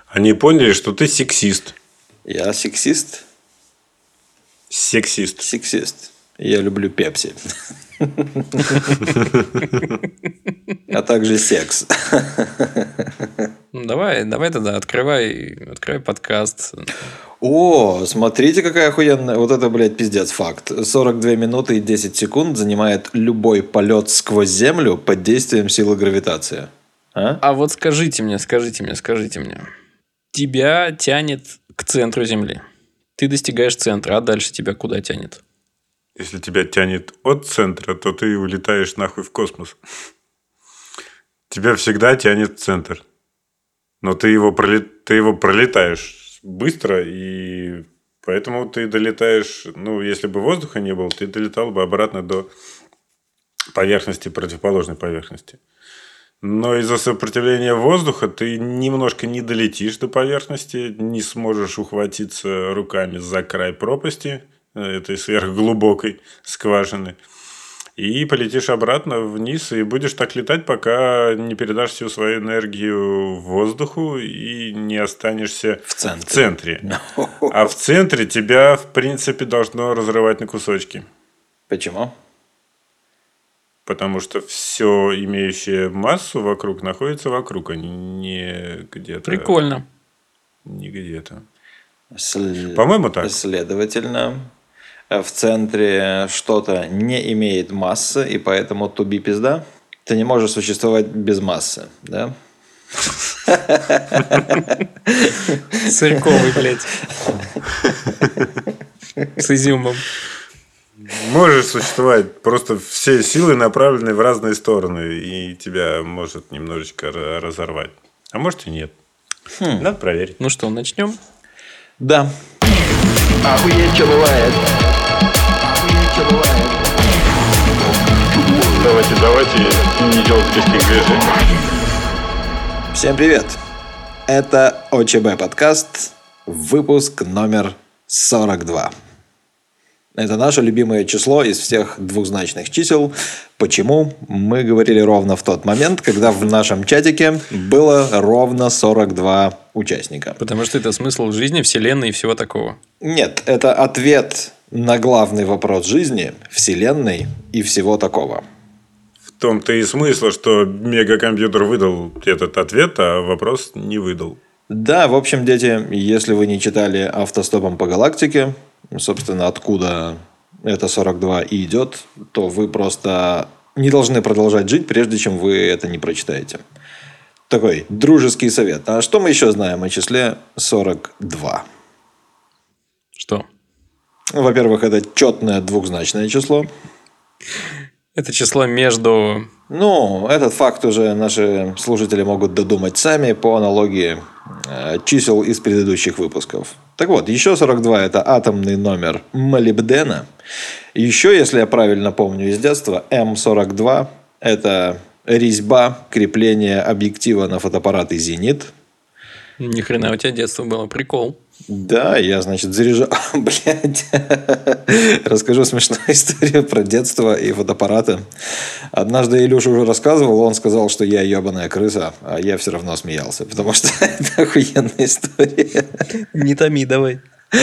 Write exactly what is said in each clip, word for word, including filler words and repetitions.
Они поняли, что ты сексист. Я сексист? Сексист. Сексист. Я люблю пепси. А также секс. Ну, давай, давай тогда открывай, открывай подкаст. О, смотрите, какая охуенная. Вот это, блядь, пиздец факт. сорок две минуты и десять секунд занимает любой полет сквозь землю под действием силы гравитации. А? А вот скажите мне, скажите мне, скажите мне. Тебя тянет к центру Земли. Ты достигаешь центра, а дальше тебя куда тянет? Если тебя тянет от центра, то ты улетаешь нахуй в космос. Тебя всегда тянет в центр. Но ты его, пролет... ты его пролетаешь быстро, и поэтому ты долетаешь... Ну, если бы воздуха не было, ты долетал бы обратно до поверхности, противоположной поверхности. Но из-за сопротивления воздуха ты немножко не долетишь до поверхности, не сможешь ухватиться руками за край пропасти, этой сверхглубокой скважины, и полетишь обратно вниз, и будешь так летать, пока не передашь всю свою энергию воздуху и не останешься в центре. В центре. А в центре тебя, в принципе, должно разрывать на кусочки. Почему? Потому что все имеющее массу вокруг находится вокруг, а не где-то. Прикольно. Не где-то. Сл... По-моему, так. Следовательно, в центре что-то не имеет массы, и поэтому туби пизда. Ты не можешь существовать без массы, да? Сырковый, блядь. С изюмом. Можешь существовать, просто все силы направлены в разные стороны, и тебя может немножечко разорвать. А может и нет. Хм. Надо проверить. Ну что, начнем? Да. Охуеть, что бывает. Охуеть, что бывает. Давайте, давайте не делать резких движений. Всем привет. Это ОЧБ подкаст, выпуск номер сорок два. Это наше любимое число из всех двузначных чисел. Почему? Мы говорили ровно в тот момент, когда в нашем чатике было ровно сорок два участника. Потому что это смысл жизни, вселенной и всего такого. Нет, это ответ на главный вопрос жизни, вселенной и всего такого. В том-то и смысл, что мегакомпьютер выдал этот ответ, а вопрос не выдал. Да, в общем, дети, если вы не читали «Автостопом по галактике», собственно, откуда это сорок два и идет, то вы просто не должны продолжать жить, прежде чем вы это не прочитаете. Такой дружеский совет. А что мы еще знаем о числе сорок два? Что? Во-первых, это четное двухзначное число. Это число между... Ну, этот факт уже наши слушатели могут додумать сами по аналогии э, чисел из предыдущих выпусков. Так вот, еще сорок два – это атомный номер молибдена. Еще, если я правильно помню из детства, эм сорок два – это резьба крепления объектива на фотоаппарат «Зенит». Ни хрена у тебя детство было, прикол. Да, я, значит, заряжал... Блядь. Расскажу смешную историю про детство и фотоаппараты. Однажды Илюша уже рассказывал, он сказал, что я ебаная крыса, а я все равно смеялся, потому что это охуенная история. Не томи, давай.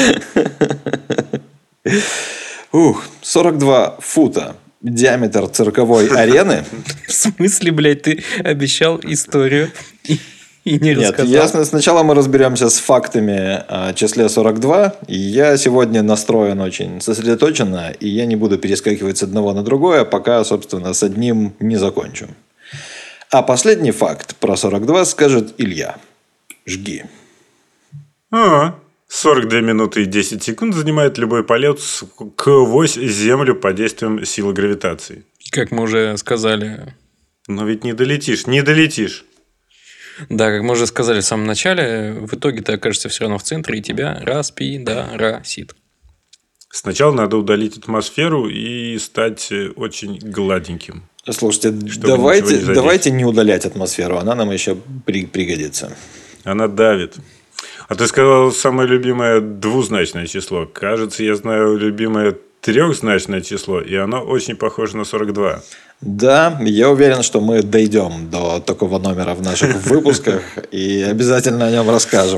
Ух, сорок два фута. Диаметр цирковой арены. В смысле, блядь, ты обещал историю и, и не Нет, рассказал? ясно. Сначала мы разберемся с фактами о числе сорок два. Я сегодня настроен очень сосредоточенно, и я не буду перескакивать с одного на другое, пока, собственно, с одним не закончу. А последний факт про сорок два скажет Илья. Жги. А, сорок две минуты и десять секунд занимает любой полет сквозь Землю под действием силы гравитации. Как мы уже сказали. Но ведь не долетишь, не долетишь. Да, как мы уже сказали в самом начале, в итоге ты окажешься все равно в центре, и тебя распидорасит. Сначала надо удалить атмосферу и стать очень гладеньким. Слушайте, давайте, не давайте не удалять атмосферу, она нам еще при, пригодится. Она давит. А ты сказал самое любимое двузначное число. Кажется, я знаю любимое трехзначное число, и оно очень похоже на сорок два. Да, я уверен, что мы дойдем до такого номера в наших выпусках и обязательно о нем расскажем.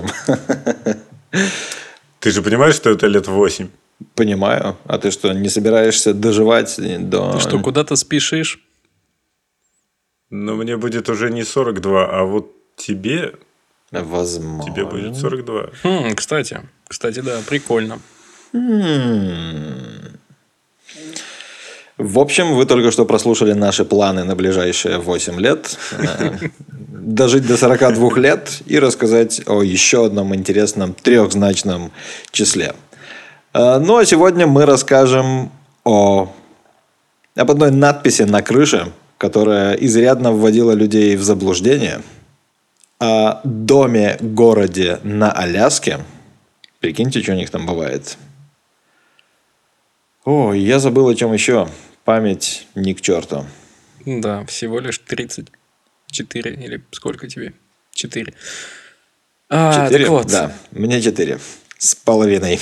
Ты же понимаешь, что это лет восемь? Понимаю. А ты что, не собираешься доживать до... Ты что, куда-то спешишь? Но мне будет уже не сорок два, а вот тебе... Возможно. Тебе будет сорок два. Хм, кстати, кстати, да, прикольно. В общем, вы только что прослушали наши планы на ближайшие восемь лет. Дожить до сорока двух лет и рассказать о еще одном интересном трехзначном числе. Ну, а сегодня мы расскажем о... об одной надписи на крыше, которая изрядно вводила людей в заблуждение. О доме-городе на Аляске. Прикиньте, что у них там бывает. О, я забыл, о чем еще. Память ни к черту. Да, всего лишь тридцать четыре или сколько тебе? четыре. А, Четыре? так вот. Да, мне четыре. С половиной.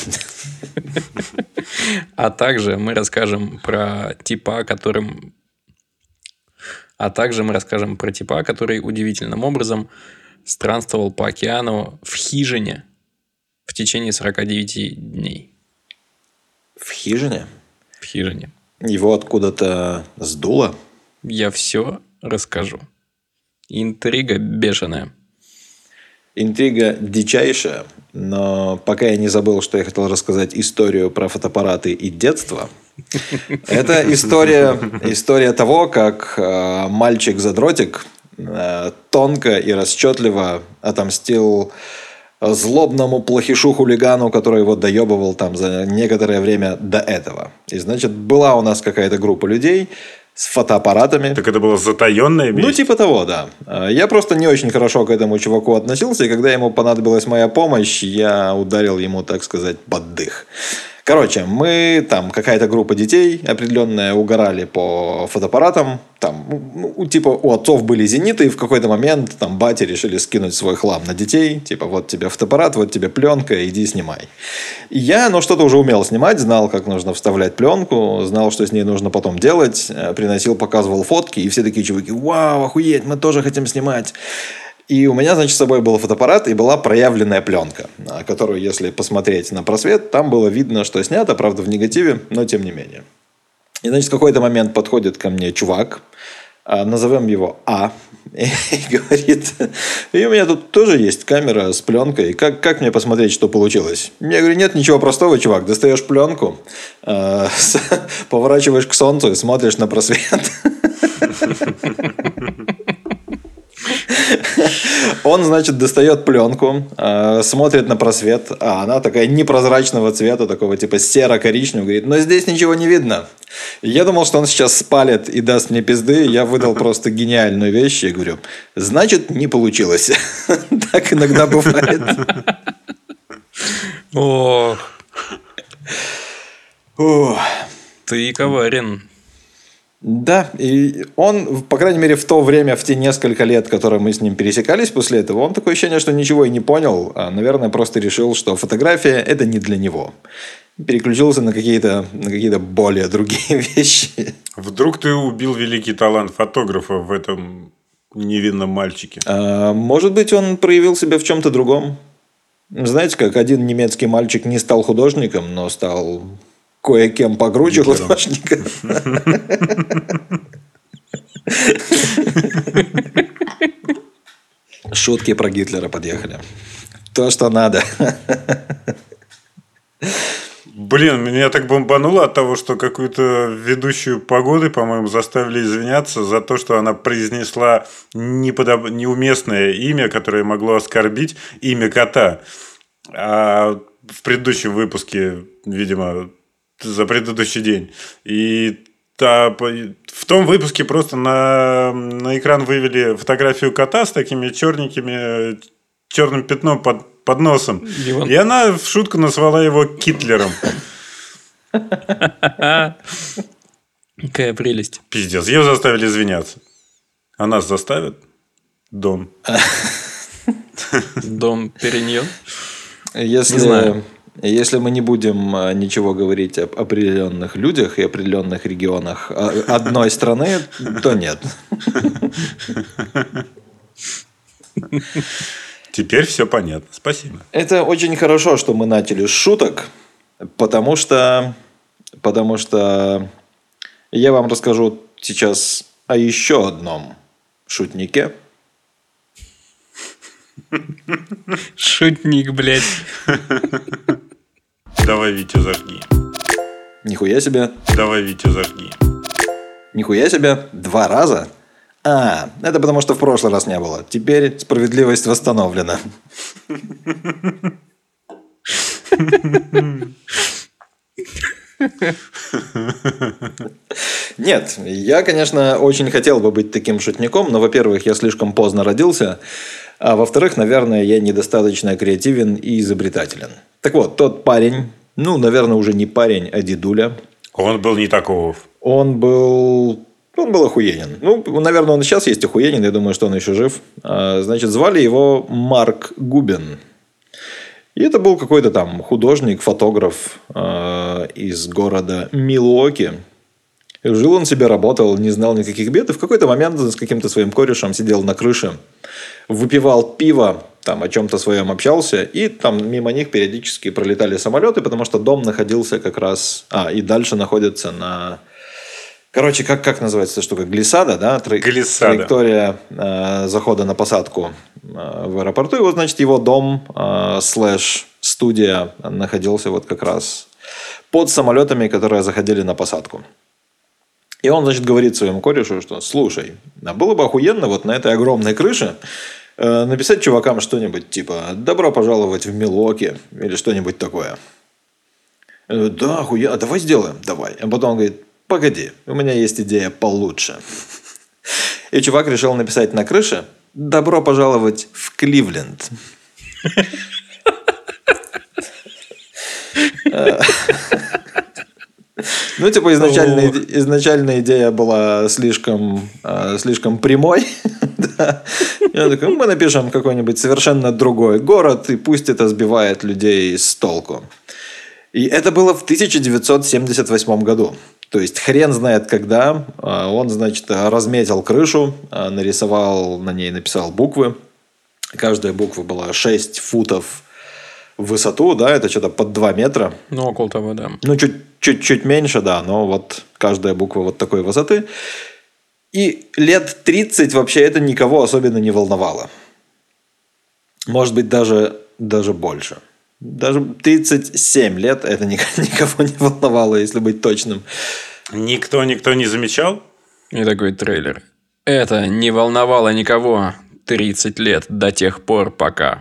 А также мы расскажем про типа, которым... А также мы расскажем про типа, который удивительным образом странствовал по океану в хижине в течение сорока девяти дней. В хижине? В хижине. Его откуда-то сдуло? Я все расскажу. Интрига бешеная. Интрига дичайшая, но пока я не забыл, что я хотел рассказать историю про фотоаппараты и детство. Это история, история того, как э, мальчик-задротик э, тонко и расчетливо отомстил злобному плохишу-хулигану, который его доебывал там за некоторое время до этого. И, значит, была у нас какая-то группа людей с фотоаппаратами. Так это было затаенное месть? Ну, типа того, да. Я просто не очень хорошо к этому чуваку относился, и когда ему понадобилась моя помощь, я ударил ему, так сказать, под дых. Короче, мы там, какая-то группа детей определенная, угорали по фотоаппаратам. Там, ну, типа, у отцов были зениты, и в какой-то момент там бати решили скинуть свой хлам на детей. Типа, вот тебе фотоаппарат, вот тебе пленка, иди снимай. И я, ну, что-то уже умел снимать, знал, как нужно вставлять пленку, знал, что с ней нужно потом делать. Приносил, показывал фотки, и все такие чуваки: вау, охуеть, мы тоже хотим снимать. И у меня, значит, с собой был фотоаппарат и была проявленная пленка, которую, если посмотреть на просвет, там было видно, что снято, правда, в негативе, но тем не менее. И, значит, в какой-то момент подходит ко мне чувак, назовем его А, и говорит: и у меня тут тоже есть камера с пленкой, как, как мне посмотреть, что получилось? Я говорю: нет ничего простого, чувак, достаешь пленку, поворачиваешь к солнцу и смотришь на просвет. Он, значит, достает пленку, э, смотрит на просвет, а она такая непрозрачного цвета, такого типа серо-коричневого, говорит: но здесь ничего не видно. Я думал, что он сейчас спалит и даст мне пизды. Я выдал просто гениальную вещь и говорю: значит, не получилось. Так иногда бывает. Ох. Ты коварен. Да, и он, по крайней мере, в то время, в те несколько лет, которые мы с ним пересекались после этого, он такое ощущение, что ничего и не понял, а, наверное, просто решил, что фотография – это не для него. Переключился на какие-то, на какие-то более другие вещи. Вдруг ты убил великий талант фотографа в этом невинном мальчике? А, может быть, он проявил себя в чем-то другом. Знаете, как один немецкий мальчик не стал художником, но стал... кое-кем покруче художника. Шутки про Гитлера подъехали. То, что надо. Блин, меня так бомбануло от того, что какую-то ведущую погоды, по-моему, заставили извиняться за то, что она произнесла неподоб... неуместное имя, которое могло оскорбить имя кота. А в предыдущем выпуске, видимо, за предыдущий день. И та, в том выпуске просто на, на экран вывели фотографию кота с такими черненькими, черным пятном под, под носом. Его... И она в шутку назвала его Китлером. Какая прелесть. Пиздец, ее заставили извиняться. А нас заставят? Дон. Дон Периньон? Если... Не знаю. Если мы не будем а, ничего говорить об определенных людях и определенных регионах а, одной страны, то нет. Теперь все понятно. Спасибо. Это очень хорошо, что мы начали с шуток, потому что, потому что я вам расскажу сейчас о еще одном шутнике. Шутник, блядь. Давай, Витя, зажги. Нихуя себе. Давай, Витя, зажги. Нихуя себе. Два раза? А, это потому что в прошлый раз не было. Теперь справедливость восстановлена. Нет, я, конечно, очень хотел бы быть таким шутником, но, во-первых, я слишком поздно родился, а во-вторых, наверное, я недостаточно креативен и изобретателен. Так вот, тот парень, ну, наверное, уже не парень, а дедуля. Он был не таков. Он был... Он был охуенен. Ну, наверное, он и сейчас есть охуенен. Я думаю, что он еще жив. Значит, звали его Марк Губин. И это был какой-то там художник, фотограф э, из города Милуоки. Жил он себе, работал, не знал никаких бед. И в какой-то момент с каким-то своим корешем сидел на крыше, выпивал пиво, там о чем-то своем общался. И там мимо них периодически пролетали самолеты, потому что дом находился как раз... А, и дальше находится на... Короче, как, как называется эта штука? Глиссада, да? Тра... Глиссада. Траектория э, захода на посадку э, в аэропорту. И вот, значит, его дом э, слэш студия находился вот как раз под самолетами, которые заходили на посадку. И он, значит, говорит своему корешу, что слушай, а было бы охуенно вот на этой огромной крыше э, написать чувакам что-нибудь типа «Добро пожаловать в Милуоки» или что-нибудь такое. Э, да, охуенно, давай сделаем, давай. А потом он говорит: погоди, у меня есть идея получше. И чувак решил написать на крыше «Добро пожаловать в Кливленд». Ну, типа, изначальная, изначальная идея была слишком, слишком прямой. Я такой: мы напишем какой-нибудь совершенно другой город, и пусть это сбивает людей с толку. И это было в тысяча девятьсот семьдесят восьмом году. То есть, хрен знает когда. Он, значит, разметил крышу, нарисовал на ней, написал буквы. Каждая буква была шесть футов в высоту, да, это что-то под два метра. Ну, около того, да. Ну, чуть, чуть-чуть меньше, да, но вот каждая буква вот такой высоты. И лет тридцать вообще это никого особенно не волновало. Может быть, даже, даже больше. Даже тридцать семь лет это никого не волновало, если быть точным. Никто, никто не замечал? И такой трейлер. Это не волновало никого тридцать лет до тех пор, пока...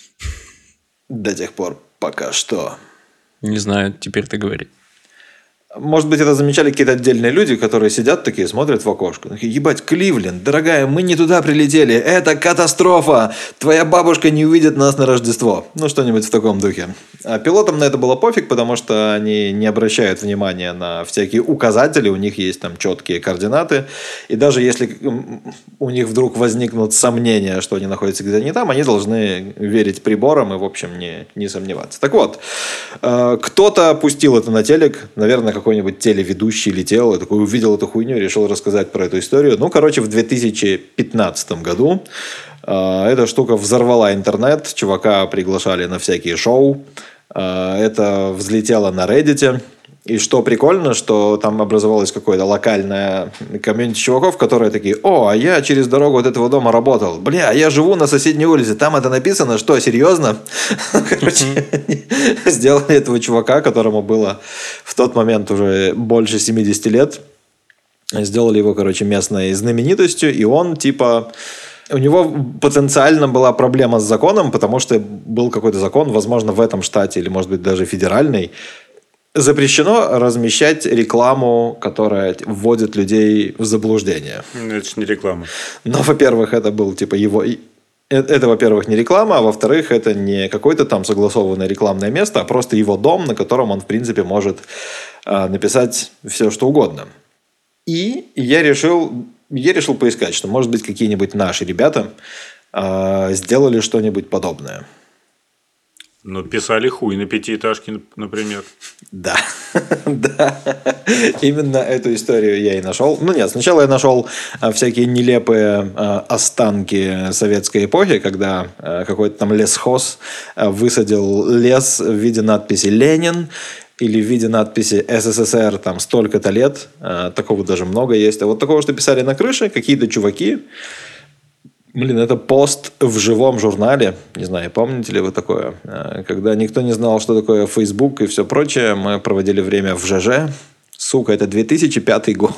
До тех пор, пока что. Не знаю, теперь ты говори. Может быть, это замечали какие-то отдельные люди, которые сидят такие, смотрят в окошко. Такие: ебать, Кливленд, дорогая, мы не туда прилетели. Это катастрофа. Твоя бабушка не увидит нас на Рождество. Ну, что-нибудь в таком духе. А пилотам на это было пофиг, потому что они не обращают внимания на всякие указатели. У них есть там четкие координаты. И даже если у них вдруг возникнут сомнения, что они находятся где-то не там, они должны верить приборам и, в общем, не, не сомневаться. Так вот, кто-то пустил это на телек. Наверное, какой-нибудь телеведущий летел и такой увидел эту хуйню и решил рассказать про эту историю. Ну, короче, в две тысячи пятнадцатом году э, эта штука взорвала интернет. Чувака приглашали на всякие шоу. Э, это взлетело на Reddit. И что прикольно, что там образовалось какое-то локальное комьюнити чуваков, которые такие: о, а я через дорогу от этого дома работал. Бля, я живу на соседней улице, там это написано, что, серьезно? Короче, сделали этого чувака, которому было в тот момент уже больше семидесяти лет. Сделали его, короче, местной знаменитостью, и он, типа... У него потенциально была проблема с законом, потому что был какой-то закон, возможно, в этом штате, или, может быть, даже федеральный. Запрещено размещать рекламу, которая вводит людей в заблуждение. Это же не реклама. Но, во-первых, это был типа его... Это, во-первых, не реклама, а во-вторых, это не какое-то там согласованное рекламное место, а просто его дом, на котором он, в принципе, может э, написать все, что угодно. И я решил, я решил поискать, что, может быть, какие-нибудь наши ребята э, сделали что-нибудь подобное. Ну, писали хуй на пятиэтажке, например. Да, да, именно эту историю я и нашел. Ну нет, сначала я нашел а, всякие нелепые а, останки советской эпохи, когда а, какой-то там лесхоз а, высадил лес в виде надписи «Ленин» или в виде надписи «СССР» там столько-то лет. А, такого даже много есть. А вот такого, что писали на крыше, какие-то чуваки. Блин, это пост в живом журнале. Не знаю, помните ли вы такое? Когда никто не знал, что такое Facebook и все прочее, мы проводили время в ЖЖ. Сука, это две тысячи пятый год.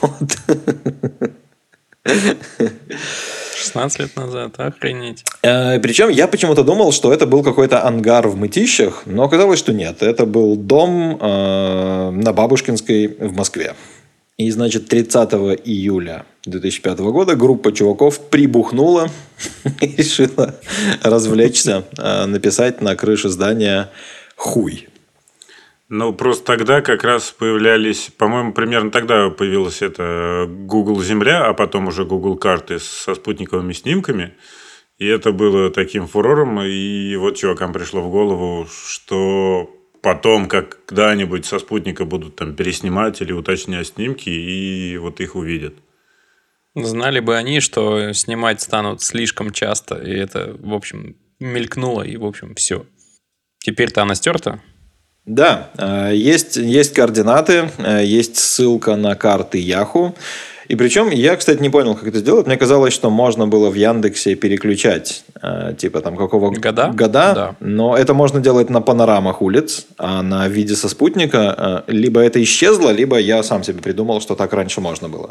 шестнадцать лет назад, охренеть. Причем я почему-то думал, что это был какой-то ангар в Мытищах, но оказалось, что нет. Это был дом на Бабушкинской в Москве. И, значит, тридцатого июля две тысячи пятого года группа чуваков прибухнула и решила развлечься, написать на крыше здания «Хуй». Ну, просто тогда как раз появлялись, по-моему, примерно тогда появилась это Google Земля, а потом уже Google карты со спутниковыми снимками. И это было таким фурором. И вот чувакам пришло в голову, что потом когда-нибудь со спутника будут там переснимать или уточнять снимки, и вот их увидят. Знали бы они, что снимать станут слишком часто, и это, в общем, мелькнуло, и, в общем, все. Теперь-то она стерта. Да, есть, есть координаты, есть ссылка на карты Yahoo. И причем я, кстати, не понял, как это сделать. Мне казалось, что можно было в Яндексе переключать, типа там какого года, года да. Но это можно делать на панорамах улиц, а на виде со спутника либо это исчезло, либо я сам себе придумал, что так раньше можно было.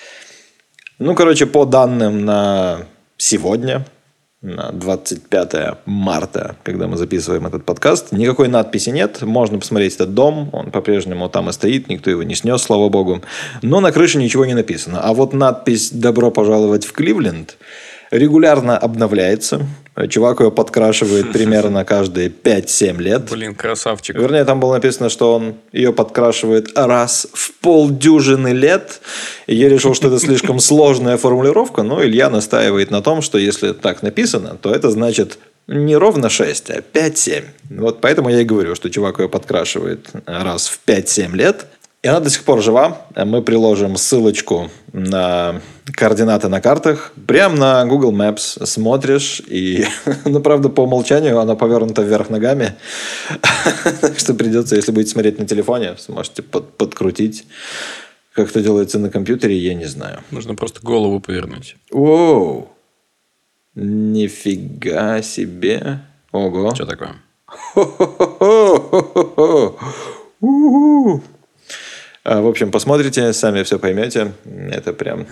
Ну, короче, по данным на сегодня, на двадцать пятое марта, когда мы записываем этот подкаст, никакой надписи нет. Можно посмотреть этот дом. Он по-прежнему там и стоит. Никто его не снес, слава богу. Но на крыше ничего не написано. А вот надпись «Добро пожаловать в Кливленд» регулярно обновляется. Чувак ее подкрашивает примерно каждые пять-семь лет. Блин, красавчик. Вернее, там было написано, что он ее подкрашивает раз в полдюжины лет. И я решил, что это слишком сложная формулировка, но Илья настаивает на том, что если так написано, то это значит не ровно шесть, а пять-семь. Вот поэтому я и говорю, что чувак ее подкрашивает раз в пять-семь лет. И она до сих пор жива. Мы приложим ссылочку на координаты на картах. Прямо на Google Maps смотришь. И, ну, правда, по умолчанию она повернута вверх ногами. Так что придется, если будете смотреть на телефоне, сможете под, подкрутить. Как это делается на компьютере, я не знаю. Нужно просто голову повернуть. Воу! Нифига себе. Ого. Что такое? У-у-у. В общем, посмотрите, сами все поймете. Это прям...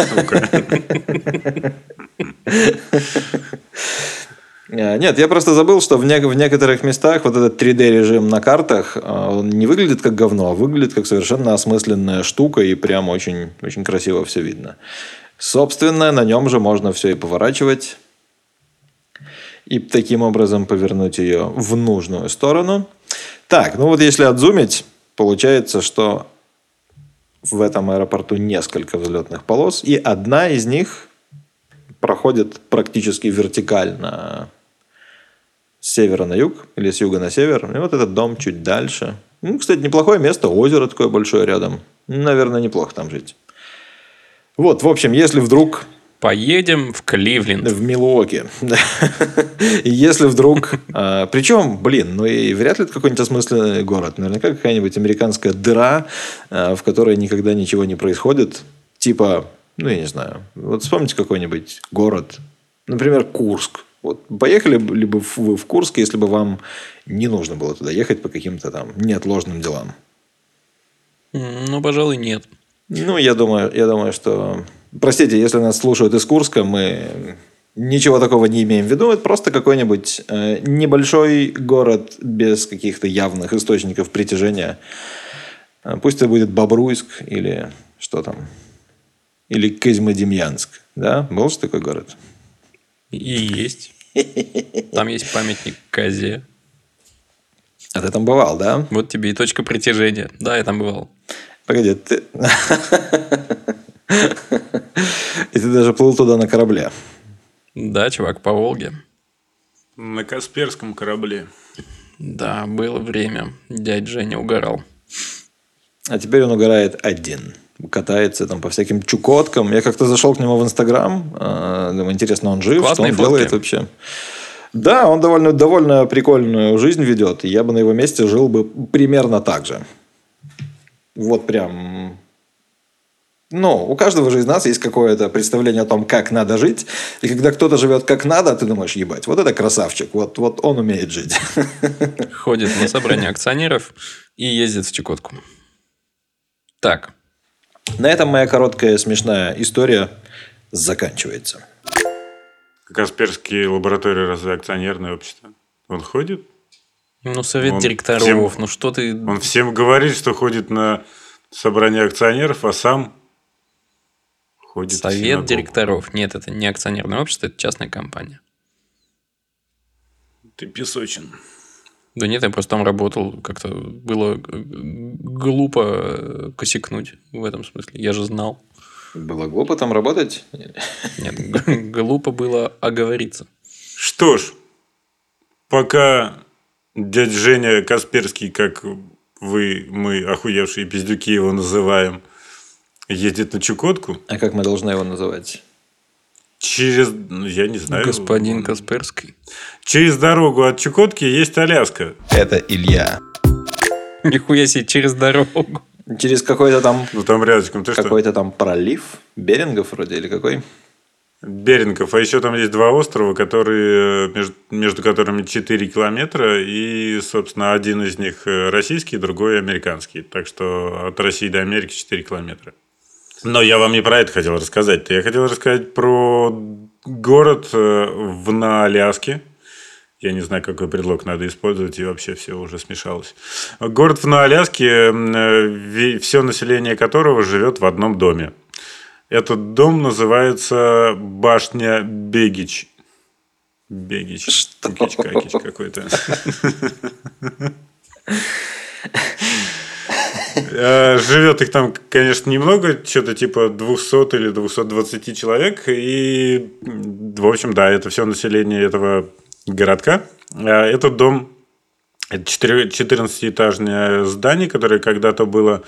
Нет, я просто забыл, что в, не- в некоторых местах вот этот три дэ-режим на картах, он не выглядит как говно, а выглядит как совершенно осмысленная штука, и прям очень, очень красиво все видно. Собственно, на нем же можно все и поворачивать, и таким образом повернуть ее в нужную сторону. Так, ну вот если отзумить, получается, что в этом аэропорту несколько взлетных полос, и одна из них проходит практически вертикально с севера на юг или с юга на север. И вот этот дом чуть дальше. Ну, кстати, неплохое место, озеро такое большое рядом. Наверное, неплохо там жить. Вот, в общем, если вдруг... Поедем в Кливленд. В Милуоки. И если вдруг... Причем, блин, ну и вряд ли это какой-нибудь осмысленный город. Наверняка какая-нибудь американская дыра, в которой никогда ничего не происходит. Типа, ну, я не знаю. Вот вспомните какой-нибудь город. Например, Курск. Вот поехали ли бы вы в Курск, если бы вам не нужно было туда ехать по каким-то там неотложным делам? Ну, пожалуй, нет. Ну, я думаю, я думаю, что... Простите, если нас слушают из Курска, мы ничего такого не имеем в виду. Это просто какой-нибудь э, небольшой город без каких-то явных источников притяжения. Пусть это будет Бобруйск или что там. Или Козьмодемьянск. Да? Был же такой город? И есть. Там есть памятник козе. А ты там бывал, да? Вот тебе и точка притяжения. Да, я там бывал. Погоди, ты... И ты даже плыл туда на корабле. Да, чувак, по Волге. На Касперском корабле. Да, было время. Дядь Женя угорал. А теперь он угорает один. Катается там по всяким Чукоткам. Я как-то зашел к нему в Инстаграм. э, Думаю, интересно, он жив? Классные что он фотки. делает вообще? Да, он довольно, довольно прикольную жизнь ведет. И я бы на его месте жил бы примерно так же. Вот прям... Ну, у каждого же из нас есть какое-то представление о том, как надо жить. И когда кто-то живет как надо, ты думаешь, ебать, вот это красавчик. Вот, вот он умеет жить. Ходит на собрание акционеров и ездит в Чукотку. Так. На этом моя короткая смешная история заканчивается. Касперские лаборатории, разве акционерное общество? Он ходит? Ну, совет Он директоров. всем- Ну, что ты... Он всем говорит, что ходит на собрание акционеров, а сам ходит в Совет синагогу. директоров. Нет, это не акционерное общество, это частная компания. Ты песочин. Да нет, я просто там работал. Как-то было г- г- глупо косякнуть в этом смысле. Я же знал. Было глупо там работать? Нет, г- глупо было оговориться. Что ж, пока дядя Женя Касперский, как вы, мы, охуевшие пиздюки его называем, едет на Чукотку, А как мы должны его называть? через, ну, я не знаю, Господин Касперский. через дорогу от Чукотки есть Аляска. Это Илья. Нихуя себе, через дорогу. Через какой-то там Ну, там рядышком. Ты что? какой-то там пролив Берингов вроде или какой? Берингов. А еще там есть два острова, которые, между, между которыми четыре километра. И, собственно, один из них российский, другой американский. Так что от России до Америки четыре километра. Но я вам не про это хотел рассказать. Я хотел рассказать про город в, на Аляске. Я не знаю, какой предлог надо использовать, и вообще все уже смешалось. Город на Аляске, все население которого живет в одном доме. Этот дом называется Башня Бегич. Бегич. Что? Кукич-какич какой-то. Живет их там, конечно, немного, что-то типа двести или двести двадцать человек. И, в общем, да, это все население этого городка. Этот дом – это четырнадцатиэтажное здание, которое когда-то было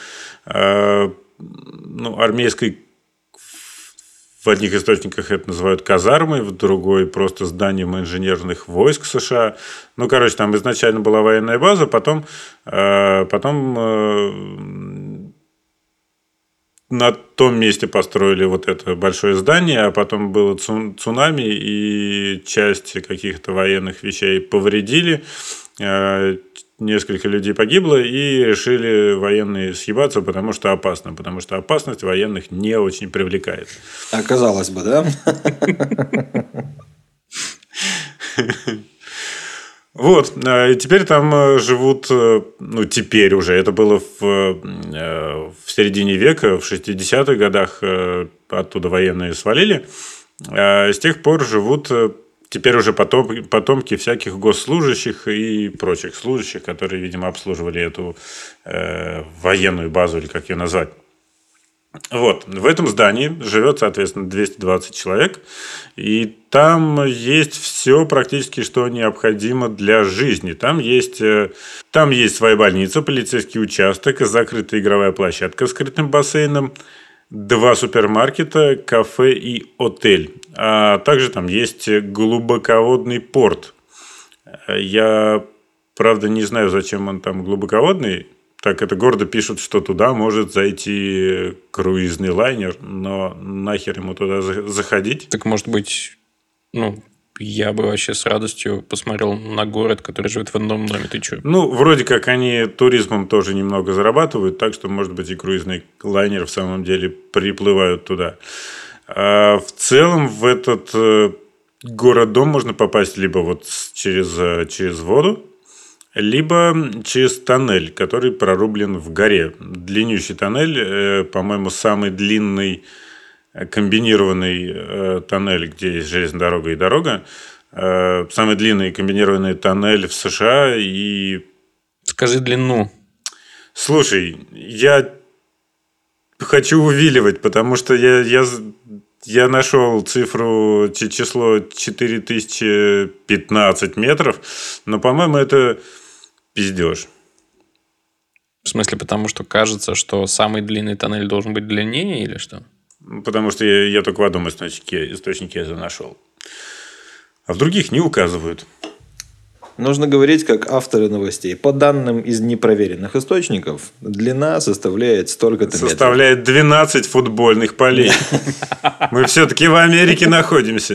ну, армейской. В одних источниках это называют казармой, в другой просто зданием инженерных войск США. Ну, короче, там изначально была военная база, потом, э, потом э, на том месте построили вот это большое здание, а потом было цунами, и часть каких-то военных вещей повредили. Э, Несколько людей погибло, и решили военные съебаться, потому что опасно. Потому что опасность военных не очень привлекает. Оказалось бы, да? Вот. И теперь там живут... Ну, теперь уже. Это было в, в середине века, в шестидесятых годах оттуда военные свалили. А с тех пор живут... Теперь уже потом, потомки всяких госслужащих и прочих служащих, которые, видимо, обслуживали эту э, военную базу, или как ее назвать. Вот. В этом здании живет, соответственно, двести двадцать человек. И там есть все практически, что необходимо для жизни. Там есть, э, там есть своя больница, полицейский участок, закрытая игровая площадка с скрытым бассейном, два супермаркета, кафе и отель. А также там есть глубоководный порт. Я, правда, не знаю, зачем он там глубоководный. Так это гордо пишут, что туда может зайти круизный лайнер. Но нахер ему туда заходить? Так, может быть, ну... Я бы вообще с радостью посмотрел на город, который живет в одном доме. Ты что? Ну, вроде как они туризмом тоже немного зарабатывают, так что, может быть, и круизный лайнер в самом деле приплывают туда. А в целом в этот город-дом можно попасть либо вот через, через воду, либо через тоннель, который прорублен в горе. Длиннющий тоннель, по-моему, самый длинный комбинированный э, тоннель, где есть железная дорога и дорога. Э, самый длинный комбинированный тоннель в США. И... Скажи длину. Слушай, я хочу увиливать, потому что я, я, я нашел цифру, число четыре тысячи пятнадцать метров, но, по-моему, это пиздеж. В смысле, потому что кажется, что самый длинный тоннель должен быть длиннее или что? Потому что я, я только в одном источнике, источнике это нашел. А в других не указывают. Нужно говорить как авторы новостей. По данным из непроверенных источников, длина составляет столько-то метров. Составляет двенадцать футбольных полей. Мы все-таки в Америке находимся.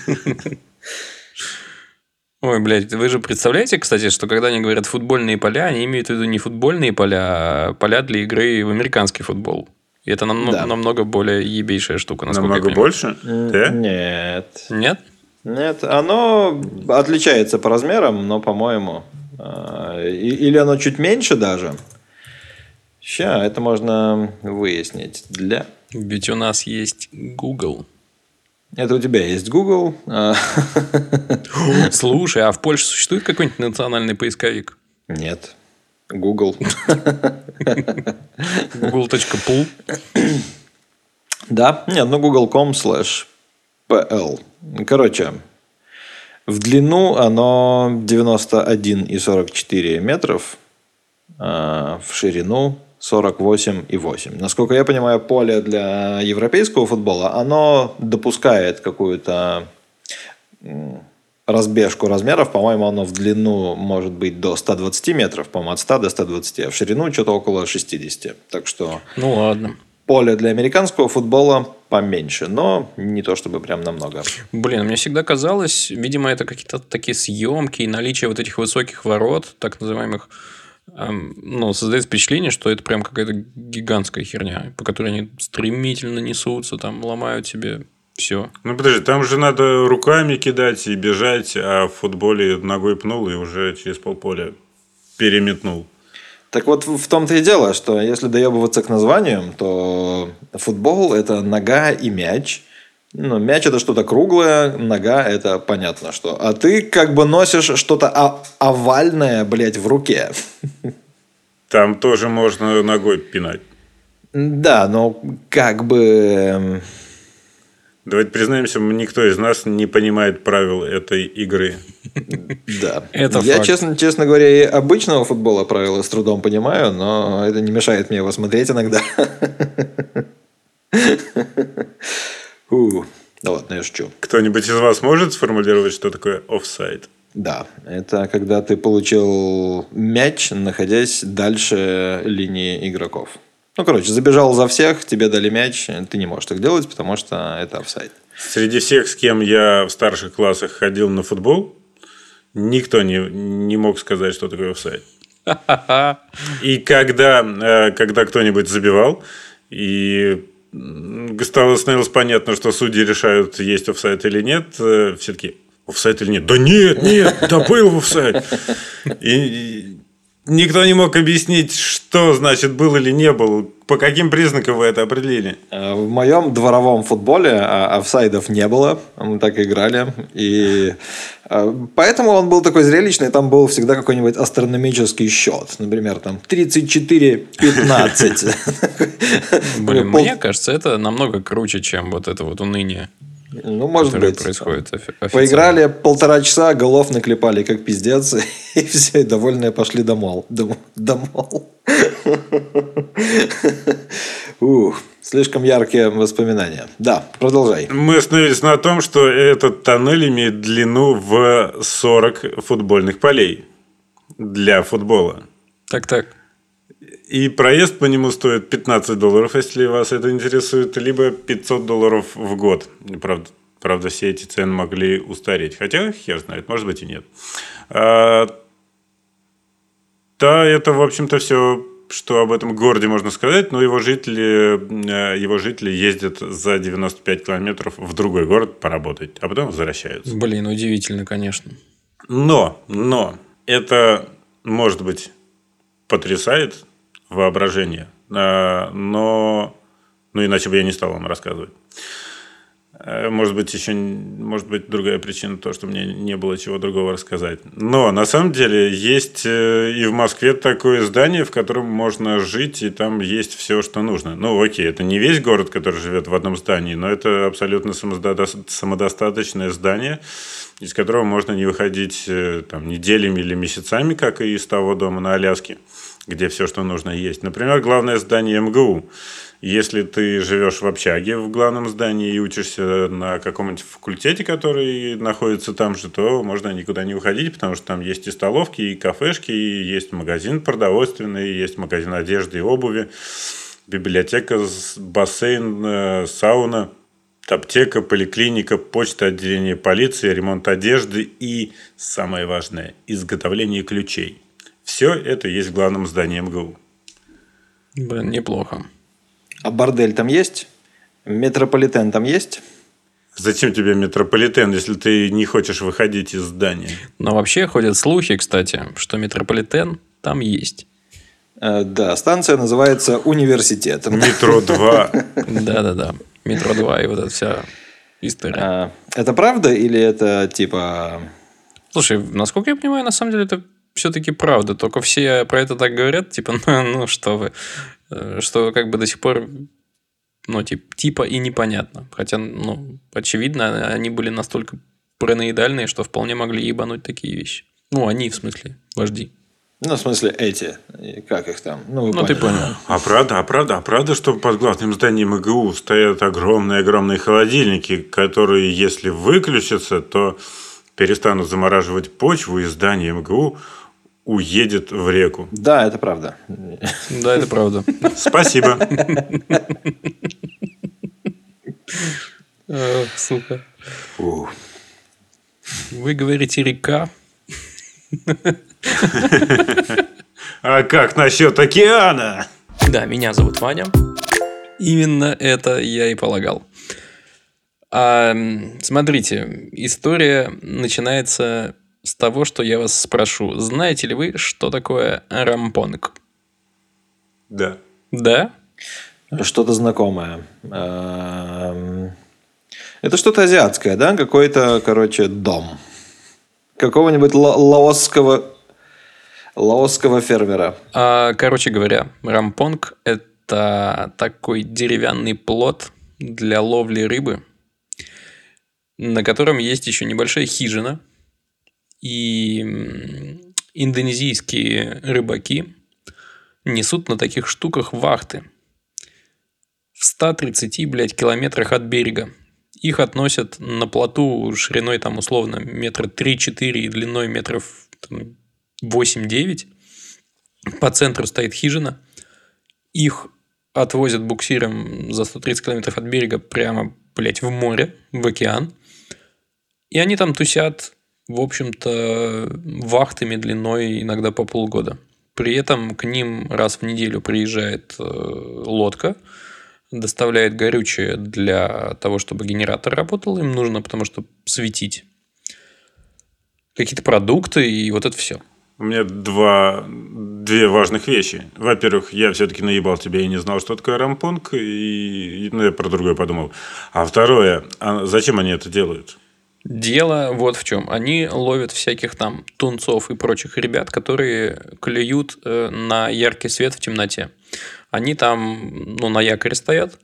Ой, блядь, вы же представляете, кстати, что когда они говорят футбольные поля, они имеют в виду не футбольные поля, а поля для игры в американский футбол. И это нам- Да. намного более ебейшая штука, насколько Намного я понимаю. больше? Да? Нет. Нет? Нет, оно отличается по размерам, но, по-моему, э, и- или оно чуть меньше даже. Ща, это можно выяснить. Для... Ведь у нас есть Google. Это у тебя есть Google. а, Слушай, а в Польше существует какой-нибудь национальный поисковик? Нет. Google. google точка пул. Да, нет, ну google точка com slash pl. Короче, в длину оно девяносто один и сорок четыре метров, а в ширину сорок восемь и восемь. Насколько я понимаю, поле для европейского футбола, оно допускает какую-то м, разбежку размеров. По-моему, оно в длину может быть до ста двадцати метров, по-моему, от ста до ста двадцати, а в ширину что-то около шестидесяти. Так что Ну ладно. поле для американского футбола поменьше, но не то чтобы прям намного. Блин, мне всегда казалось, видимо, это какие-то такие съемки и наличие вот этих высоких ворот, так называемых, эм, ну, создает впечатление, что это прям какая-то гигантская херня, по которой они стремительно несутся, там ломают себе все. Ну, подожди, там же надо руками кидать и бежать, а в футболе ногой пнул и уже через полполя переметнул. Так вот, в том-то и дело, что если доебываться к названию, то футбол – это нога и мяч. Ну, мяч – это что-то круглое, нога – это понятно что. А ты как бы носишь что-то о- овальное, блядь, в руке. Там тоже можно ногой пинать. Да, но как бы... эм, Давайте признаемся, никто из нас не понимает правил этой игры. Да. Это Я, факт. честно, честно говоря, и обычного футбола правила с трудом понимаю, но это не мешает мне его смотреть иногда. Фу. Да ладно, я шучу. Кто-нибудь из вас может сформулировать, что такое офсайд? Да, это когда ты получил мяч, находясь дальше линии игроков. Ну, короче, забежал за всех, тебе дали мяч, ты не можешь так делать, потому что это офсайд. Среди всех, с кем я в старших классах ходил на футбол, никто не, не мог сказать, что такое офсайд. И когда, э, когда кто-нибудь забивал, и м, стало, становилось понятно, что судьи решают, есть офсайд или нет, э, все таки офсайд или нет? Да нет, нет, да был офсайд. И, и никто не мог объяснить, что значит был или не был, по каким признакам вы это определили. А В моем дворовом футболе а, офсайдов не было, мы так играли, и а, поэтому он был такой зрелищный, там был всегда какой-нибудь астрономический счет, например, там тридцать четыре пятнадцать. Блин, Пол- мне кажется, это намного круче, чем вот это вот уныние, Ну, может которое быть. происходит офи- официально. Поиграли полтора часа, голов наклепали как пиздец, и все, и довольные пошли домой. Дом- Домой. Ух, слишком яркие воспоминания. Да, продолжай. Мы остановились на том, что этот тоннель имеет длину в сорок футбольных полей для футбола. Так-так. И проезд по нему стоит пятнадцать долларов, если вас это интересует, либо пятьсот долларов в год. Правда, правда, все эти цены могли устареть. Хотя, хер знает, может быть и нет. А, да, это, в общем-то, все, что об этом городе можно сказать. Но его жители, э, его жители ездят за девяносто пять километров в другой город поработать, а потом возвращаются. Блин, удивительно, конечно. Но, но, это, может быть, потрясает воображение, а, но, ну, иначе бы я не стал вам рассказывать. Э, Может быть, еще н- может быть другая причина, то, что мне не было чего другого рассказать. Но на самом деле есть э, и в Москве такое здание, в котором можно жить, и там есть все, что нужно. Ну, окей, это не весь город, который живет в одном здании, но это абсолютно самодоста- самодостаточное здание, из которого можно не выходить э, там, неделями или месяцами, как и из того дома на Аляске, где все, что нужно, есть. Например, главное здание эм гэ у. Если ты живешь в общаге в главном здании и учишься на каком-нибудь факультете, который находится там же, то можно никуда не уходить, потому что там есть и столовки, и кафешки, и есть магазин продовольственный, и есть магазин одежды и обуви, библиотека, с- бассейн, э, сауна, аптека, поликлиника, почта, отделение полиции, ремонт одежды и, самое важное, изготовление ключей. Все это есть в главном здании эм гэ у. Блин, неплохо. А бордель там есть? Метрополитен там есть? Зачем тебе метрополитен, если ты не хочешь выходить из здания? Но вообще ходят слухи, кстати, что метрополитен там есть. Э, Да, станция называется Университет. Метро два. Да-да-да. Метро два и вот эта вся история. А, Это правда или это типа... Слушай, насколько я понимаю, на самом деле это все-таки правда. Только все про это так говорят, типа, ну, ну что вы. Э, Что как бы до сих пор, ну, тип, типа и непонятно. Хотя, ну, очевидно, они были настолько параноидальные, что вполне могли ебануть такие вещи. Ну, они, в смысле, вожди. Ну, в смысле, эти. И Как их там? Ну, вы Ну, ты поняли. понял. А правда, а правда, а правда, что под главным зданием эм гэ у стоят огромные-огромные холодильники, которые, если выключатся, то перестанут замораживать почву, и здание эм гэ у уедет в реку. Да, это правда. Да, это правда. Спасибо. Эх, сука. Ух. Вы говорите река? А как насчет океана? Да, меня зовут Ваня. Именно это я и полагал. А, м, смотрите, история начинается с того, что я вас спрошу. Знаете ли вы, что такое рампонг? Да. Да? Что-то знакомое. Эм, Это что-то азиатское, да? Какой-то, короче, дом. Какого-нибудь ла- лаосского, лаосского фермера. А, короче говоря, рампонг – это такой деревянный плот для ловли рыбы, на котором есть еще небольшая хижина. И м, индонезийские рыбаки несут на таких штуках вахты в ста тридцати, блядь, километрах от берега. Их относят на плоту шириной там условно метра три-четыре и длиной метров там, восемь-девять. По центру стоит хижина. Их отвозят буксиром за сто тридцать километров от берега прямо, блядь, в море, в океан. И они там тусят, в общем-то, вахтами длиной иногда по полгода. При этом к ним раз в неделю приезжает э, лодка, доставляет горючее для того, чтобы генератор работал. Им нужно, потому что светить. Какие-то продукты и вот это все. У меня два, две важных вещи. Во-первых, я все-таки наебал тебя и не знал, что такое рампонг, и, и, ну, я про другое подумал. А второе, а зачем они это делают? Дело вот в чем. Они ловят всяких там тунцов и прочих ребят, которые клюют э, на яркий свет в темноте. Они там, ну, на якоре стоят,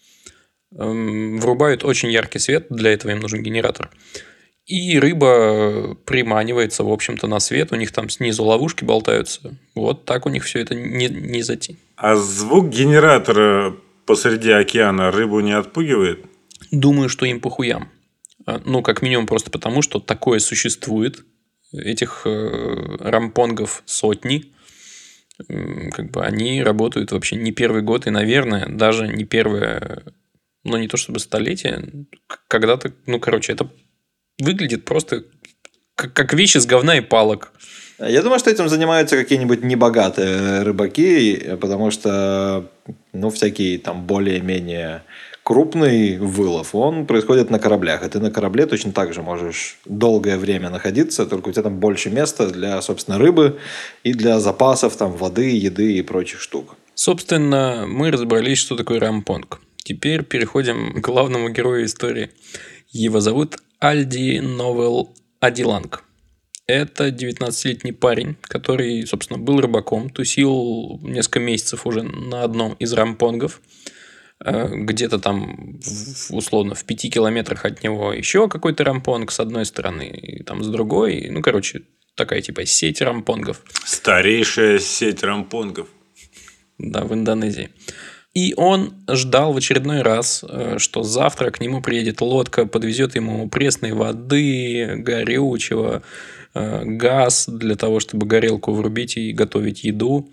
эм, врубают очень яркий свет, для этого им нужен генератор. И рыба приманивается, в общем-то, на свет. У них там снизу ловушки болтаются. Вот так у них все это не, не зайти. А звук генератора посреди океана рыбу не отпугивает? Думаю, что им похуям. А, Ну, как минимум, просто потому, что такое существует. Этих э, рампонгов сотни. М, Как бы они работают вообще не первый год и, наверное, даже не первое, ну, не то чтобы столетие. к- Когда-то, ну, короче, это выглядит просто как, как вещь из говна и палок. Я думаю, что этим занимаются какие-нибудь небогатые рыбаки, потому что, ну, всякий там более-менее крупный вылов, он происходит на кораблях. И ты на корабле точно так же можешь долгое время находиться, только у тебя там больше места для, собственно, рыбы и для запасов там воды, еды и прочих штук. Собственно, мы разобрались, что такое рампонг. Теперь переходим к главному герою истории. Его зовут Альди Новел Адиланг. Это девятнадцатилетний парень, который, собственно, был рыбаком, тусил несколько месяцев уже на одном из рампонгов. Где-то там, условно, в пяти километрах от него еще какой-то рампонг с одной стороны, и там с другой. Ну, короче, такая типа сеть рампонгов. Старейшая сеть рампонгов. Да, в Индонезии. И он ждал в очередной раз, что завтра к нему приедет лодка, подвезет ему пресной воды, горючего, газ для того, чтобы горелку врубить и готовить еду.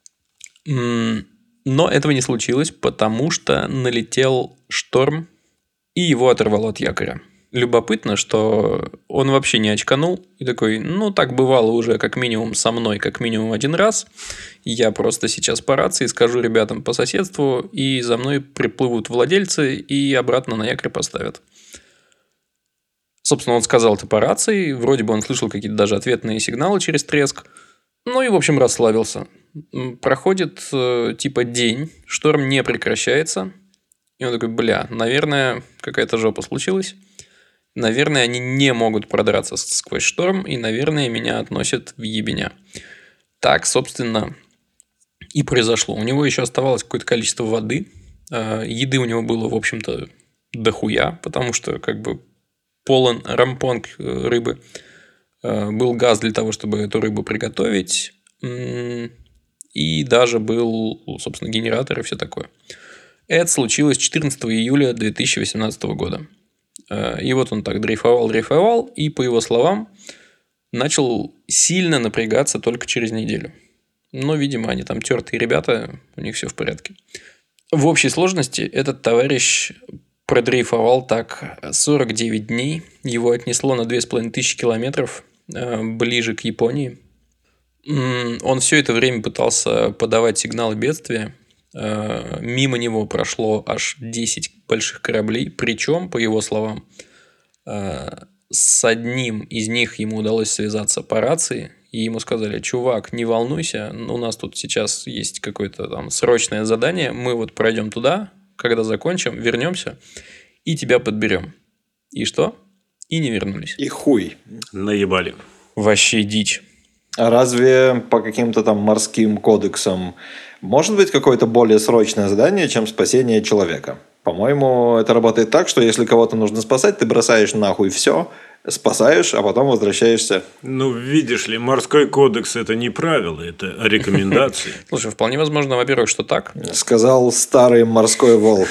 Но этого не случилось, потому что налетел шторм, и его оторвало от якоря. Любопытно, что он вообще не очканул и такой, ну, так бывало уже как минимум со мной, как минимум один раз. Я просто сейчас по рации скажу ребятам по соседству, и за мной приплывут владельцы и обратно на якорь поставят. Собственно, он сказал это по рации, вроде бы он слышал какие-то даже ответные сигналы через треск. Ну и, в общем, расслабился. Проходит э, типа день, шторм не прекращается. И он такой, бля, наверное, какая-то жопа случилась. Наверное, они не могут продраться сквозь шторм, и, наверное, меня относят в ебеня. Так, собственно, и произошло. У него еще оставалось какое-то количество воды. Э, еды у него было, в общем-то, дохуя, потому что, как бы, полон рампонг рыбы. Был газ для того, чтобы эту рыбу приготовить. И даже был, собственно, генератор и все такое. Это случилось четырнадцатого июля две тысячи восемнадцатого года. И вот он так дрейфовал, дрейфовал. И, по его словам, начал сильно напрягаться только через неделю. Но, видимо, они там тертые ребята, у них все в порядке. В общей сложности этот товарищ продрейфовал так сорок девять дней. Его отнесло на две с половиной тысячи километров ближе к Японии. Он все это время пытался подавать сигналы бедствия. Мимо него прошло аж десять больших кораблей. Причем, по его словам, с одним из них ему удалось связаться по рации. И ему сказали, чувак, не волнуйся, у нас тут сейчас есть какое-то там срочное задание. Мы вот пройдем туда, когда закончим, вернемся и тебя подберем. И что? И не вернулись. И хуй. Наебали. Вообще дичь. А разве по каким-то там морским кодексам может быть какое-то более срочное задание, чем спасение человека? По-моему, это работает так, что если кого-то нужно спасать, ты бросаешь нахуй все, спасаешь, а потом возвращаешься. Ну, видишь ли, морской кодекс – это не правило, это рекомендации. Слушай, вполне возможно, во-первых, что так. Сказал старый морской волк.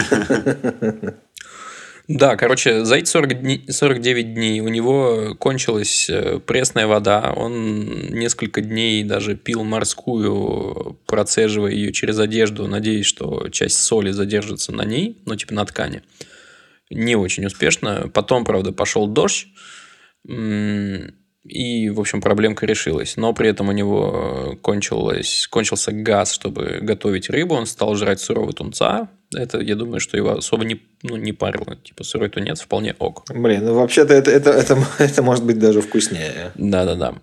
Да, короче, за эти сорок дней, сорок девять дней у него кончилась пресная вода. Он несколько дней даже пил морскую, процеживая ее через одежду, надеясь, что часть соли задержится на ней, ну, типа на ткани. Не очень успешно. Потом, правда, пошел дождь. И, в общем, проблемка решилась. Но при этом у него кончилось, кончился газ, чтобы готовить рыбу. Он стал жрать сурового тунца. Это, я думаю, что его особо не, ну, не парило. Типа, сырой тунец вполне ок. Блин, ну вообще-то это, это, это, это может быть даже вкуснее. Да-да-да.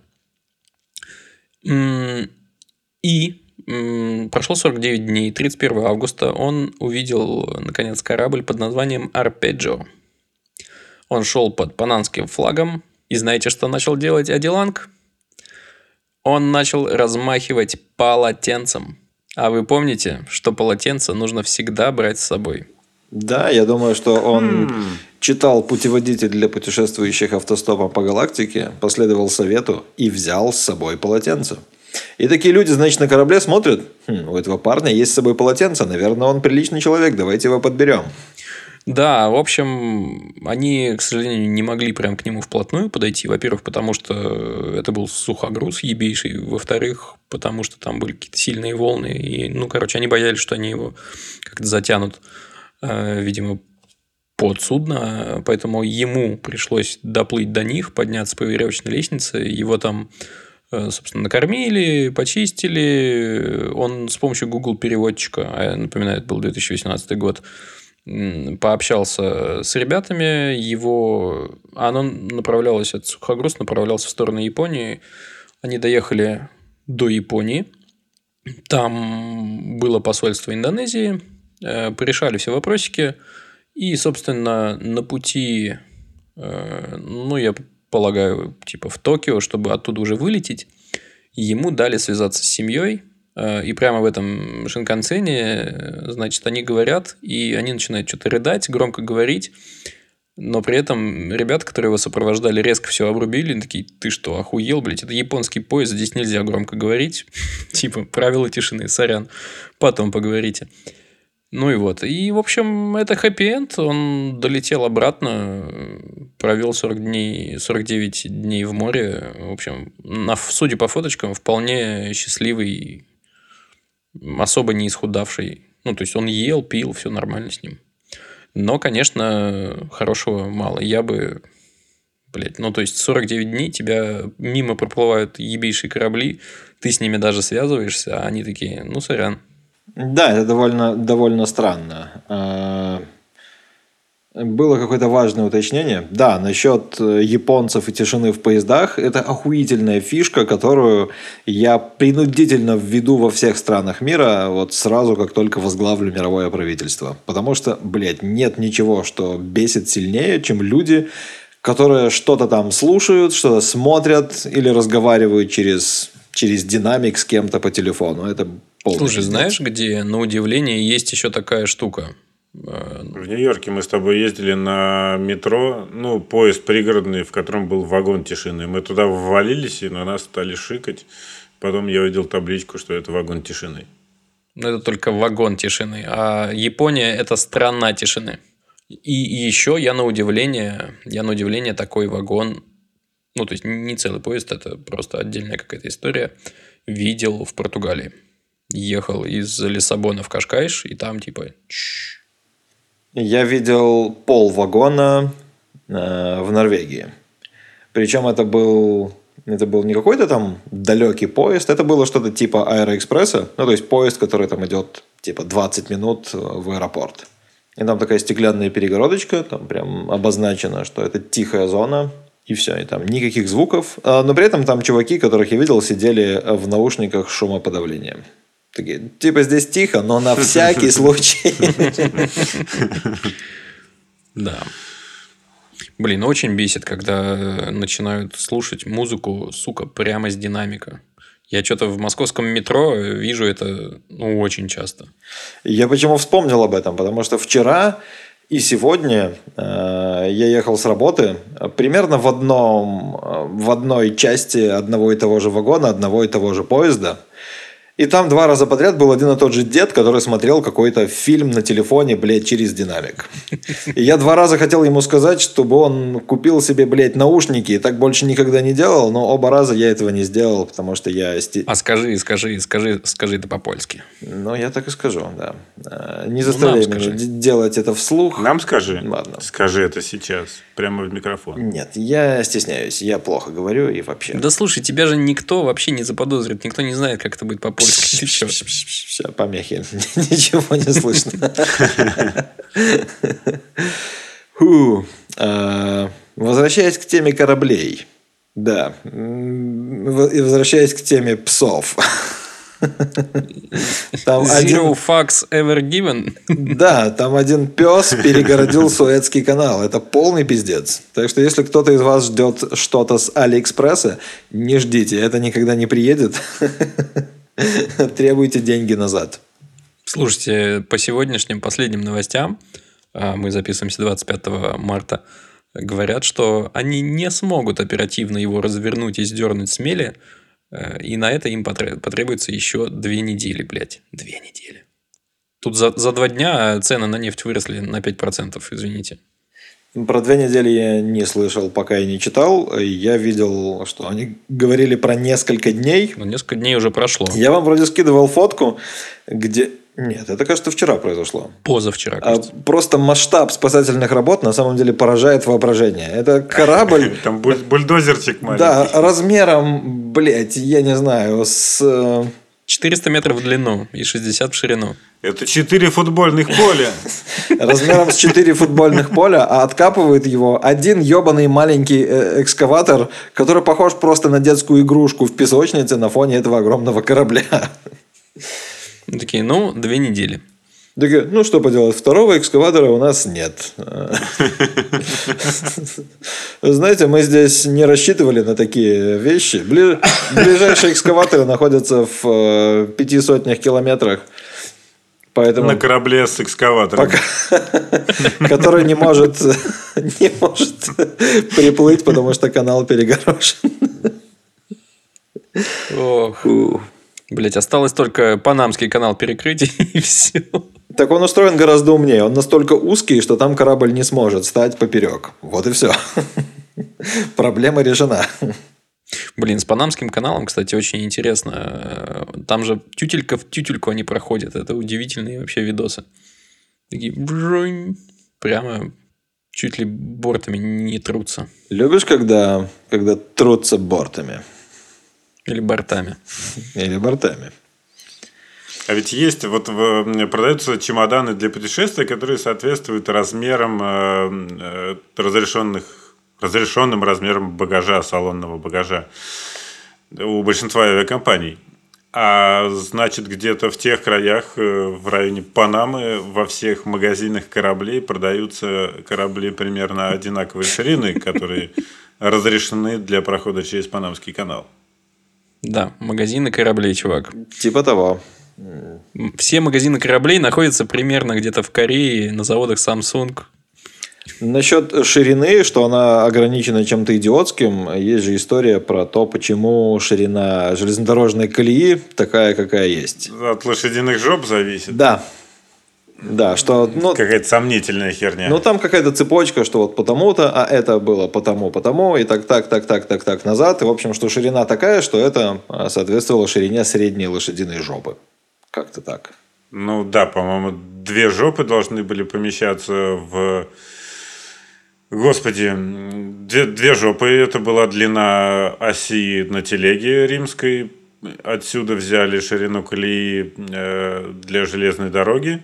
И прошло сорок девять дней. тридцать первого августа он увидел, наконец, корабль под названием «Арпеджио». Он шел под панамским флагом. И знаете, что начал делать Адиланг? Он начал размахивать полотенцем. А вы помните, что полотенце нужно всегда брать с собой? Да, я думаю, что он hmm. читал путеводитель для путешествующих автостопом по галактике, последовал совету и взял с собой полотенце. И такие люди, значит, на корабле смотрят, хм, у этого парня есть с собой полотенце, наверное, он приличный человек, давайте его подберем. Да, в общем, они, к сожалению, не могли прям к нему вплотную подойти. Во-первых, потому что это был сухогруз ебейший. Во-вторых, потому что там были какие-то сильные волны. И, ну, короче, они боялись, что они его как-то затянут, видимо, под судно. Поэтому ему пришлось доплыть до них, подняться по веревочной лестнице. Его там, собственно, накормили, почистили. Он с помощью Google переводчика, а, напоминаю, это был две тысячи восемнадцатый год, пообщался с ребятами, его... Оно направлялось от сухогруз, направлялся в сторону Японии. Они доехали до Японии. Там было посольство Индонезии. э, порешали все вопросики. И, собственно, на пути, э, ну, я полагаю, типа в Токио, чтобы оттуда уже вылететь, ему дали связаться с семьей. Э, и прямо в этом шинкансене, значит, они говорят, и они начинают что-то рыдать, громко говорить. Но при этом ребята, которые его сопровождали, резко все обрубили. Они такие: ты что, охуел, блядь? Это японский поезд, здесь нельзя громко говорить. Типа, правила тишины, сорян. Потом поговорите. Ну и вот. И, в общем, это хэппи-энд. Он долетел обратно, провел сорок дней, сорок девять дней в море. В общем, на, судя по фоточкам, вполне счастливый, особо не исхудавший. Ну, то есть, он ел, пил, все нормально с ним. Но, конечно, хорошего мало. Я бы... Блядь, ну, то есть, сорок девять дней тебя мимо проплывают ебейшие корабли, ты с ними даже связываешься, а они такие: ну, сорян. Да, это довольно, довольно странно. Было какое-то важное уточнение. Да, насчет японцев и тишины в поездах. Это охуительная фишка, которую я принудительно введу во всех странах мира вот сразу, как только возглавлю мировое правительство. Потому что, блядь, нет ничего, что бесит сильнее, чем люди, которые что-то там слушают, что-то смотрят или разговаривают через, через динамик с кем-то по телефону. Это полный Слушай, пиздец. знаешь, где, на удивление, есть еще такая штука? В Нью-Йорке мы с тобой ездили на метро, ну, поезд пригородный, в котором был вагон тишины. Мы туда ввалились, и на нас стали шикать. Потом я увидел табличку, что это вагон тишины. Ну, это только вагон тишины. А Япония – это страна тишины. И, и еще я на удивление, я на удивление такой вагон, ну, то есть, не целый поезд, это просто отдельная какая-то история, видел в Португалии. Ехал из Лиссабона в Кашкайш, и там типа... Я видел пол вагона э, в Норвегии. Причем это был, это был не какой-то там далекий поезд, это было что-то типа Аэроэкспресса. Ну, то есть, поезд, который там идет типа двадцать минут в аэропорт. И там такая стеклянная перегородочка, там прям обозначено, что это тихая зона. И все, и там никаких звуков. Но при этом там чуваки, которых я видел, сидели в наушниках с шумоподавлением. Такие, типа, здесь тихо, но на всякий случай. Да. Блин, очень бесит, когда начинают слушать музыку, сука, прямо с динамика. Я что-то в московском метро вижу это, ну, очень часто. Я почему вспомнил об этом? Потому что вчера и сегодня э, я ехал с работы примерно в, одном, в одной части одного и того же вагона, одного и того же поезда. И там два раза подряд был один и тот же дед, который смотрел какой-то фильм на телефоне, блядь, через динамик. И я два раза хотел ему сказать, чтобы он купил себе, блядь, наушники. И так больше никогда не делал, но оба раза я этого не сделал, потому что я... Сти... А скажи, скажи, скажи, скажи это по-польски. Ну, я так и скажу, да. Не заставляй ну, меня делать это вслух. Нам скажи. Ладно. Скажи это сейчас, прямо в микрофон. Нет, я стесняюсь, я плохо говорю и вообще. Да слушай, тебя же никто вообще не заподозрит, никто не знает, как это будет по-польски. Все, помехи. Ничего не слышно. Фу. Возвращаясь к теме кораблей. Да. И возвращаясь к теме псов. Там Zero один... fucks ever given. Да, там один пес перегородил Суэцкий канал. Это полный пиздец. Так что, если кто-то из вас ждет что-то с Алиэкспресса, не ждите. Это никогда не приедет. Требуйте деньги назад. Слушайте, по сегодняшним последним новостям, мы записываемся двадцать пятого марта, говорят, что они не смогут оперативно его развернуть и сдернуть с мели, и на это им потребуется еще две недели, блядь. Две недели. Тут за, за два дня цены на нефть выросли на пять процентов, извините. Про две недели я не слышал, пока я не читал. Я видел, что они говорили про несколько дней. Но несколько дней уже прошло. Я вам вроде скидывал фотку, где... Нет, это, кажется, вчера произошло. Позавчера, кажется. А просто масштаб спасательных работ на самом деле поражает воображение. Это корабль... Там бульдозерчик маленький. Да, размером, блядь, я не знаю, с... четыреста метров в длину и шестьдесят в ширину. Это четыре футбольных поля. Размером с четыре футбольных поля, а откапывает его один ебаный маленький экскаватор, который похож просто на детскую игрушку в песочнице на фоне этого огромного корабля. Такие, ну, две недели. Такие, ну, что поделать, второго экскаватора у нас нет. Знаете, мы здесь не рассчитывали на такие вещи. Ближайшие экскаваторы находятся в пяти сотнях километрах. Поэтому... На корабле с экскаватором. Который не может, не может приплыть, потому что канал перегорожен. Ох. Блять, осталось только Панамский канал перекрыть, и все. Так он устроен гораздо умнее. Он настолько узкий, что там корабль не сможет стать поперек. Вот и все. Проблема решена. Блин, с Панамским каналом, кстати, очень интересно. Там же тютелька в тютельку они проходят. Это удивительные вообще видосы. Такие бжунь, прямо чуть ли бортами не трутся. Любишь, когда, когда трутся бортами? Или бортами. Или бортами. А ведь есть, вот в, продаются чемоданы для путешествия, которые соответствуют размерам э, разрешенных, разрешенным размерам багажа, салонного багажа у большинства авиакомпаний. А значит, где-то в тех краях, в районе Панамы, во всех магазинах кораблей продаются корабли примерно одинаковой ширины, которые разрешены для прохода через Панамский канал. Да, магазины кораблей, чувак. Типа того. Все магазины кораблей находятся примерно где-то в Корее, на заводах Samsung. Насчет ширины, что она ограничена чем-то идиотским, есть же история про то, почему ширина железнодорожной колеи такая, какая есть. От лошадиных жоп зависит. Да. Да, что... Ну, какая-то сомнительная херня. Ну, там какая-то цепочка, что вот потому-то, а это было потому, потому, и так, так, так, так, так, так назад. И, в общем, что ширина такая, что это соответствовало ширине средней лошадиной жопы. Как-то так. Ну, да, по-моему, две жопы должны были помещаться в... Господи, две, две жопы. Это была длина оси на телеге римской. Отсюда взяли ширину колеи э, для железной дороги.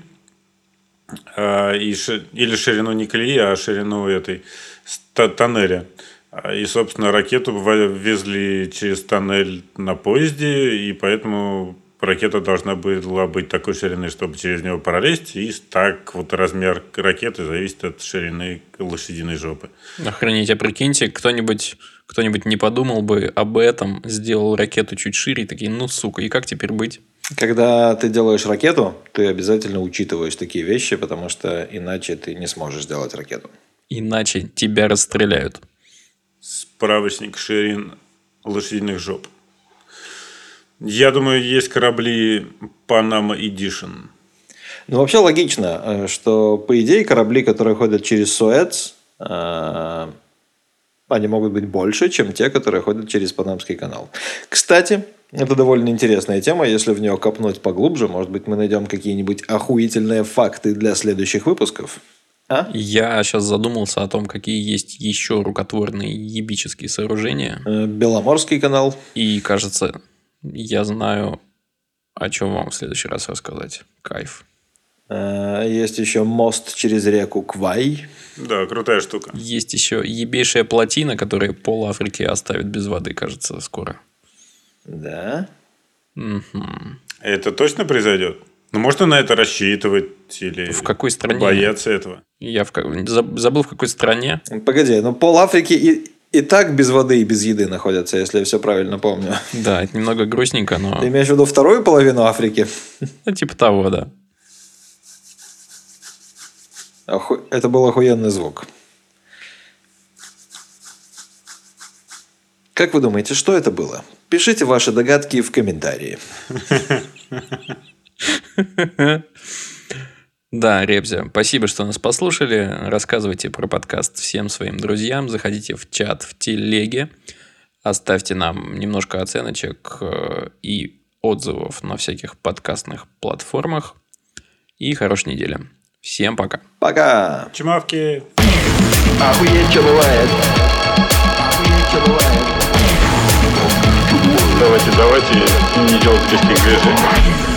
Э, и ши, или ширину не колеи, а ширину этой тоннеля. И, собственно, ракету везли через тоннель на поезде, и поэтому ракета должна была быть такой ширины, чтобы через него пролезть. И так вот размер ракеты зависит от ширины лошадиной жопы. Охренеть, а прикиньте, кто-нибудь, кто-нибудь не подумал бы об этом, сделал ракету чуть шире, и такие, ну, сука, и как теперь быть? Когда ты делаешь ракету, ты обязательно учитываешь такие вещи, потому что иначе ты не сможешь сделать ракету. Иначе тебя расстреляют. Справочник ширин лошадиных жоп. Я думаю, есть корабли Panama Edition. Ну, вообще логично, что, по идее, корабли, которые ходят через Суэц, они могут быть больше, чем те, которые ходят через Панамский канал. Кстати, это довольно интересная тема. Если в нее копнуть поглубже, может быть, мы найдем какие-нибудь охуительные факты для следующих выпусков. А? Я сейчас задумался о том, какие есть еще рукотворные ебические сооружения. Беломорский канал. И, кажется... Я знаю, о чем вам в следующий раз рассказать. Кайф. Есть еще мост через реку Квай. Да, крутая штука. Есть еще ебейшая плотина, которая пол Африки оставит без воды, кажется, скоро. Да? Угу. Это точно произойдет? Ну, можно на это рассчитывать или в какой стране? Бояться этого? Я в... забыл, в какой стране. Погоди, ну пол Африки и... И так без воды и без еды находятся, если я все правильно помню. Да, это немного грустненько, но... Ты имеешь в виду вторую половину Африки? Ну, типа того, да. Оху... Это был охуенный звук. Как вы думаете, что это было? Пишите ваши догадки в комментарии. Да, Ребзя, спасибо, что нас послушали. Рассказывайте про подкаст всем своим друзьям. Заходите в чат в телеге. Оставьте нам немножко оценочек и отзывов на всяких подкастных платформах. И хорошей недели. Всем пока. Пока. Чмавки. Охуеть, что бывает. Охуеть, что бывает. Давайте, давайте не делать лишних движений.